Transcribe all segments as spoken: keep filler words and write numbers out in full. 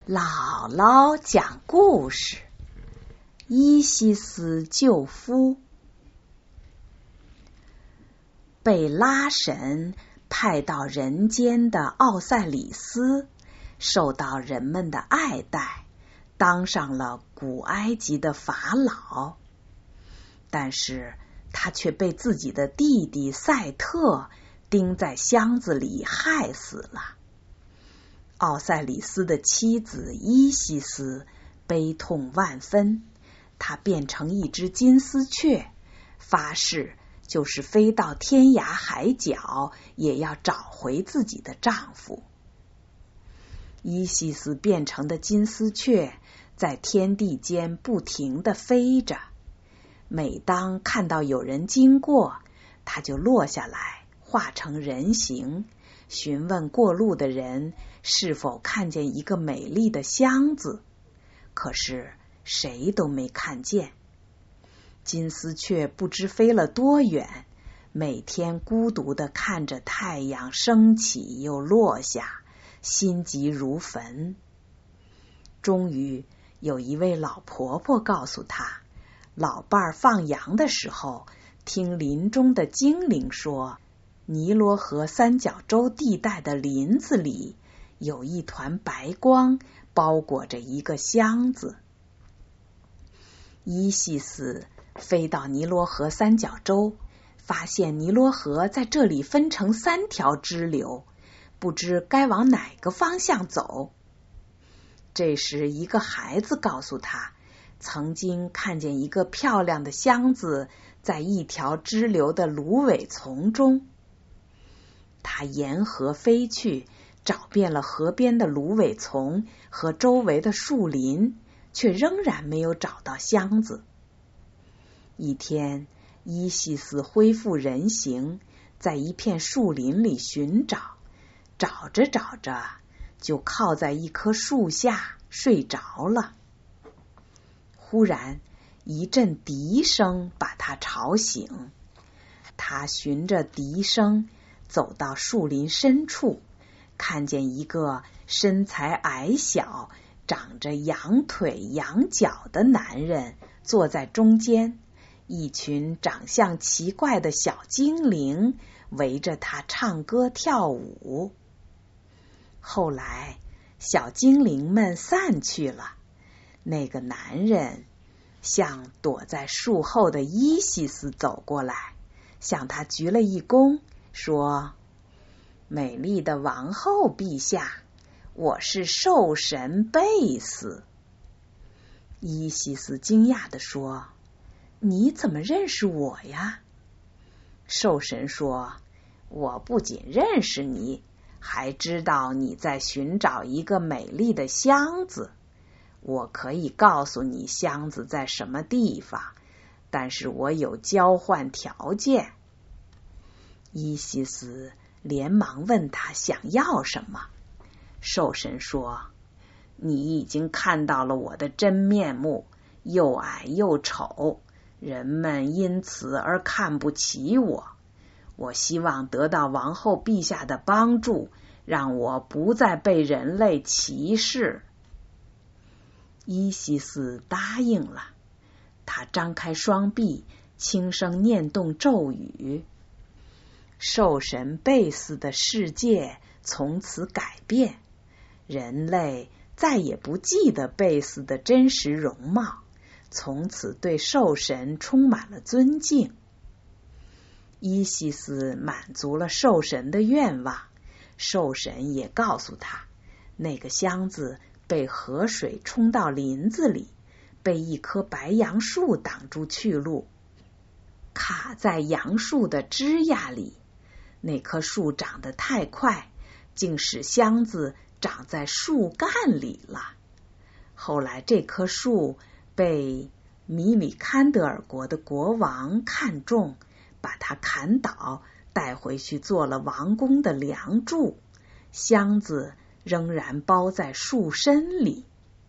姥姥讲故事：伊西斯救夫。被拉神派到人间的奥赛里斯受到人们的爱戴，当上了古埃及的法老。但是他却被自己的弟弟赛特钉在箱子里害死了。奥赛里斯的妻子伊西斯悲痛万分，她变成一只金丝雀，发誓就是飞到天涯海角也要找回自己的丈夫。伊西斯变成的金丝雀在天地间不停地飞着，每当看到有人经过，它就落下来化成人形，询问过路的人是否看见一个美丽的箱子，可是谁都没看见。金丝雀不知飞了多远，每天孤独地看着太阳升起又落下，心急如焚。终于有一位老婆婆告诉她，老伴儿放羊的时候，听林中的精灵说，尼罗河三角洲地带的林子里有一团白光包裹着一个箱子。伊西斯飞到尼罗河三角洲，发现尼罗河在这里分成三条支流，不知该往哪个方向走。这时一个孩子告诉他，曾经看见一个漂亮的箱子在一条支流的芦苇丛中。他沿河飞去，找遍了河边的芦苇丛和周围的树林，却仍然没有找到箱子。一天，伊西斯恢复人形，在一片树林里寻找，找着找着，就靠在一棵树下睡着了。忽然，一阵笛声把他吵醒。他循着笛声走到树林深处，看见一个身材矮小、长着羊腿羊角的男人坐在中间，一群长相奇怪的小精灵围着他唱歌跳舞。后来，小精灵们散去了，那个男人向躲在树后的伊西斯走过来，向他鞠了一躬，说，美丽的王后陛下，我是兽神贝斯。伊西斯惊讶地说，你怎么认识我呀？兽神说，我不仅认识你，还知道你在寻找一个美丽的箱子。我可以告诉你箱子在什么地方，但是我有交换条件。伊西斯连忙问他想要什么。兽神说，你已经看到了我的真面目，又矮又丑，人们因此而看不起我。我希望得到王后陛下的帮助，让我不再被人类歧视。伊西斯答应了，他张开双臂，轻声念动咒语。兽神贝斯的世界从此改变，人类再也不记得贝斯的真实容貌，从此对兽神充满了尊敬。伊西斯满足了兽神的愿望，兽神也告诉他，那个箱子被河水冲到林子里，被一棵白杨树挡住去路，卡在杨树的枝桠里。那棵树长得太快，竟使箱子长在树干里了。后来这棵树被米里堪德尔国的国王看中，把它砍倒，带回去做了王宫的梁柱，箱子仍然包在树身里。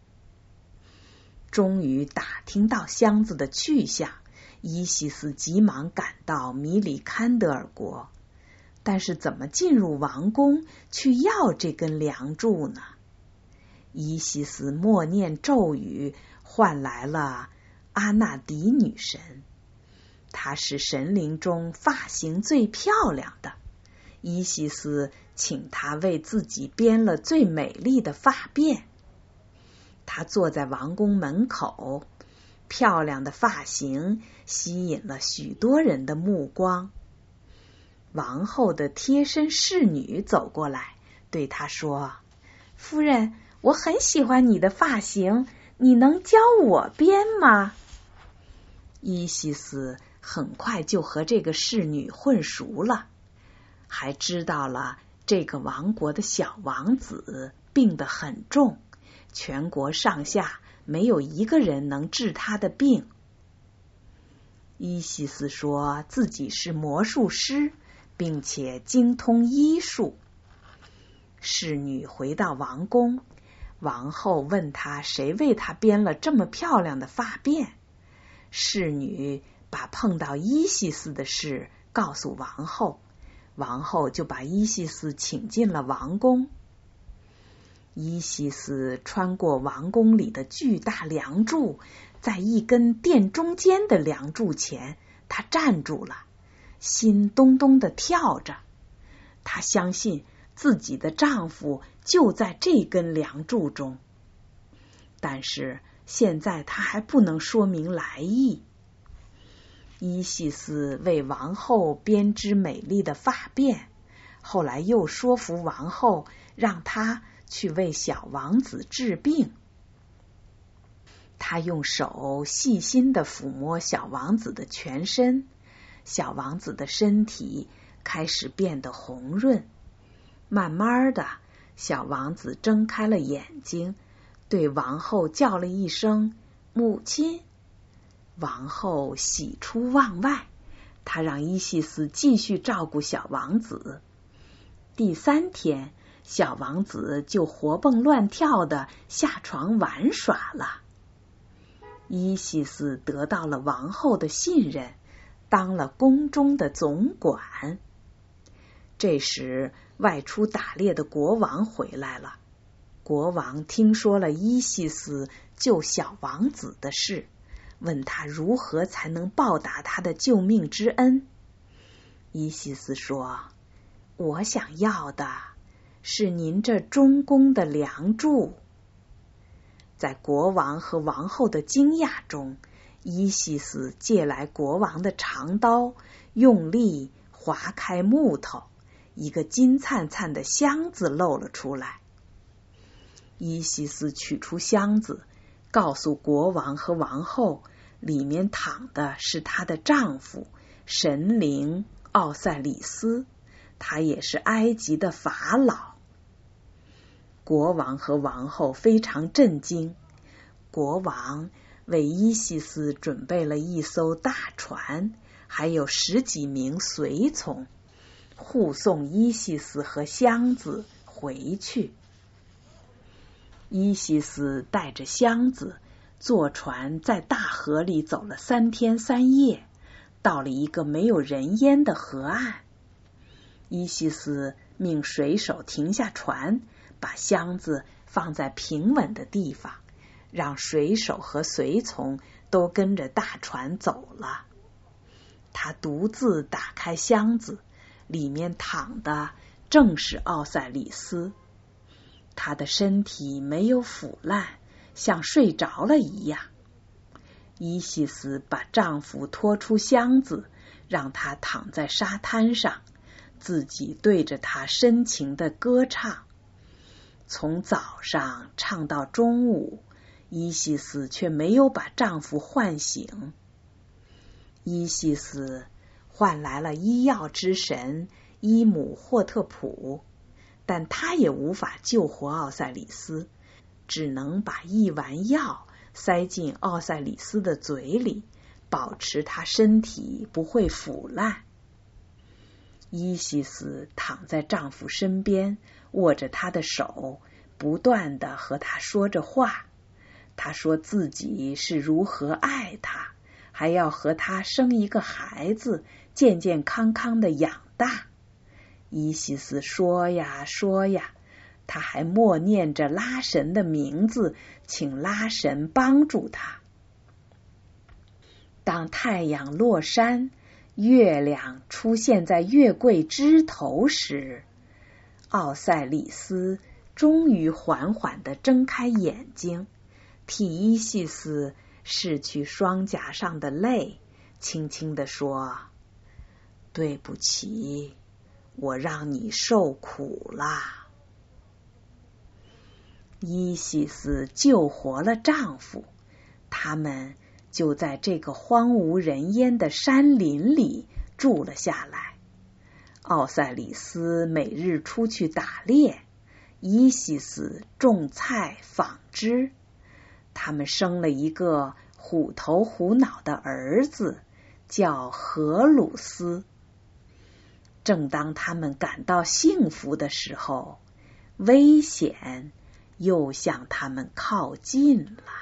终于打听到箱子的去向，伊西斯急忙赶到米里堪德尔国，但是怎么进入王宫去要这根梁柱呢？ 伊西斯默念咒语，唤来了阿纳迪女神。她是神灵中发型最漂亮的，伊西斯请她为自己编了最美丽的发辫。她坐在王宫门口，漂亮的发型吸引了许多人的目光。王后的贴身侍女走过来，对她说：“夫人，我很喜欢你的发型，你能教我编吗？”伊西斯很快就和这个侍女混熟了，还知道了这个王国的小王子病得很重，全国上下没有一个人能治他的病。伊西斯说自己是魔术师，并且精通医术。侍女回到王宫，王后问她谁为她编了这么漂亮的发辫。侍女把碰到伊西斯的事告诉王后，王后就把伊西斯请进了王宫。伊西斯穿过王宫里的巨大梁柱，在一根殿中间的梁柱前，她站住了，心咚咚地跳着。她相信自己的丈夫就在这根梁柱中，但是现在她还不能说明来意。伊西斯为王后编织美丽的发辫，后来又说服王后让她去为小王子治病。他用手细心地抚摸小王子的全身，小王子的身体开始变得红润。慢慢的，小王子睁开了眼睛，对王后叫了一声母亲。王后喜出望外，她让伊西斯继续照顾小王子。第三天，小王子就活蹦乱跳的下床玩耍了。伊西斯得到了王后的信任，当了宫中的总管。这时，外出打猎的国王回来了。国王听说了伊西斯救小王子的事，问他如何才能报答他的救命之恩。伊西斯说：“我想要的是您这中宫的梁柱。”在国王和王后的惊讶中，伊西斯借来国王的长刀，用力划开木头，一个金灿灿的箱子露了出来。伊西斯取出箱子，告诉国王和王后，里面躺的是她的丈夫神灵奥赛里斯，他也是埃及的法老。国王和王后非常震惊，国王为伊西斯准备了一艘大船，还有十几名随从，护送伊西斯和箱子回去。伊西斯带着箱子坐船在大河里走了三天三夜，到了一个没有人烟的河岸。伊西斯命水手停下船，把箱子放在平稳的地方，让水手和随从都跟着大船走了。他独自打开箱子，里面躺的正是奥赛里斯。他的身体没有腐烂，像睡着了一样。伊西斯把丈夫拖出箱子，让他躺在沙滩上，自己对着他深情的歌唱。从早上唱到中午，伊西斯却没有把丈夫唤醒。伊西斯唤来了医药之神伊姆霍特普，但他也无法救活奥赛里斯，只能把一丸药塞进奥赛里斯的嘴里，保持他身体不会腐烂。伊西斯躺在丈夫身边，握着他的手，不断地和他说着话。他说自己是如何爱他，还要和他生一个孩子，健健康康的养大。伊西斯说呀说呀， 他还默念着拉神的名字，请拉神帮助他。当太阳落山，月亮出现在月桂枝头时，奥赛里斯终于缓缓地睁开眼睛，替伊西斯拭去双颊上的泪，轻轻地说：对不起，我让你受苦啦。伊西斯救活了丈夫，他们就在这个荒无人烟的山林里住了下来。奥赛里斯每日出去打猎，伊西斯种菜纺织。他们生了一个虎头虎脑的儿子，叫荷鲁斯。正当他们感到幸福的时候，危险又向他们靠近了。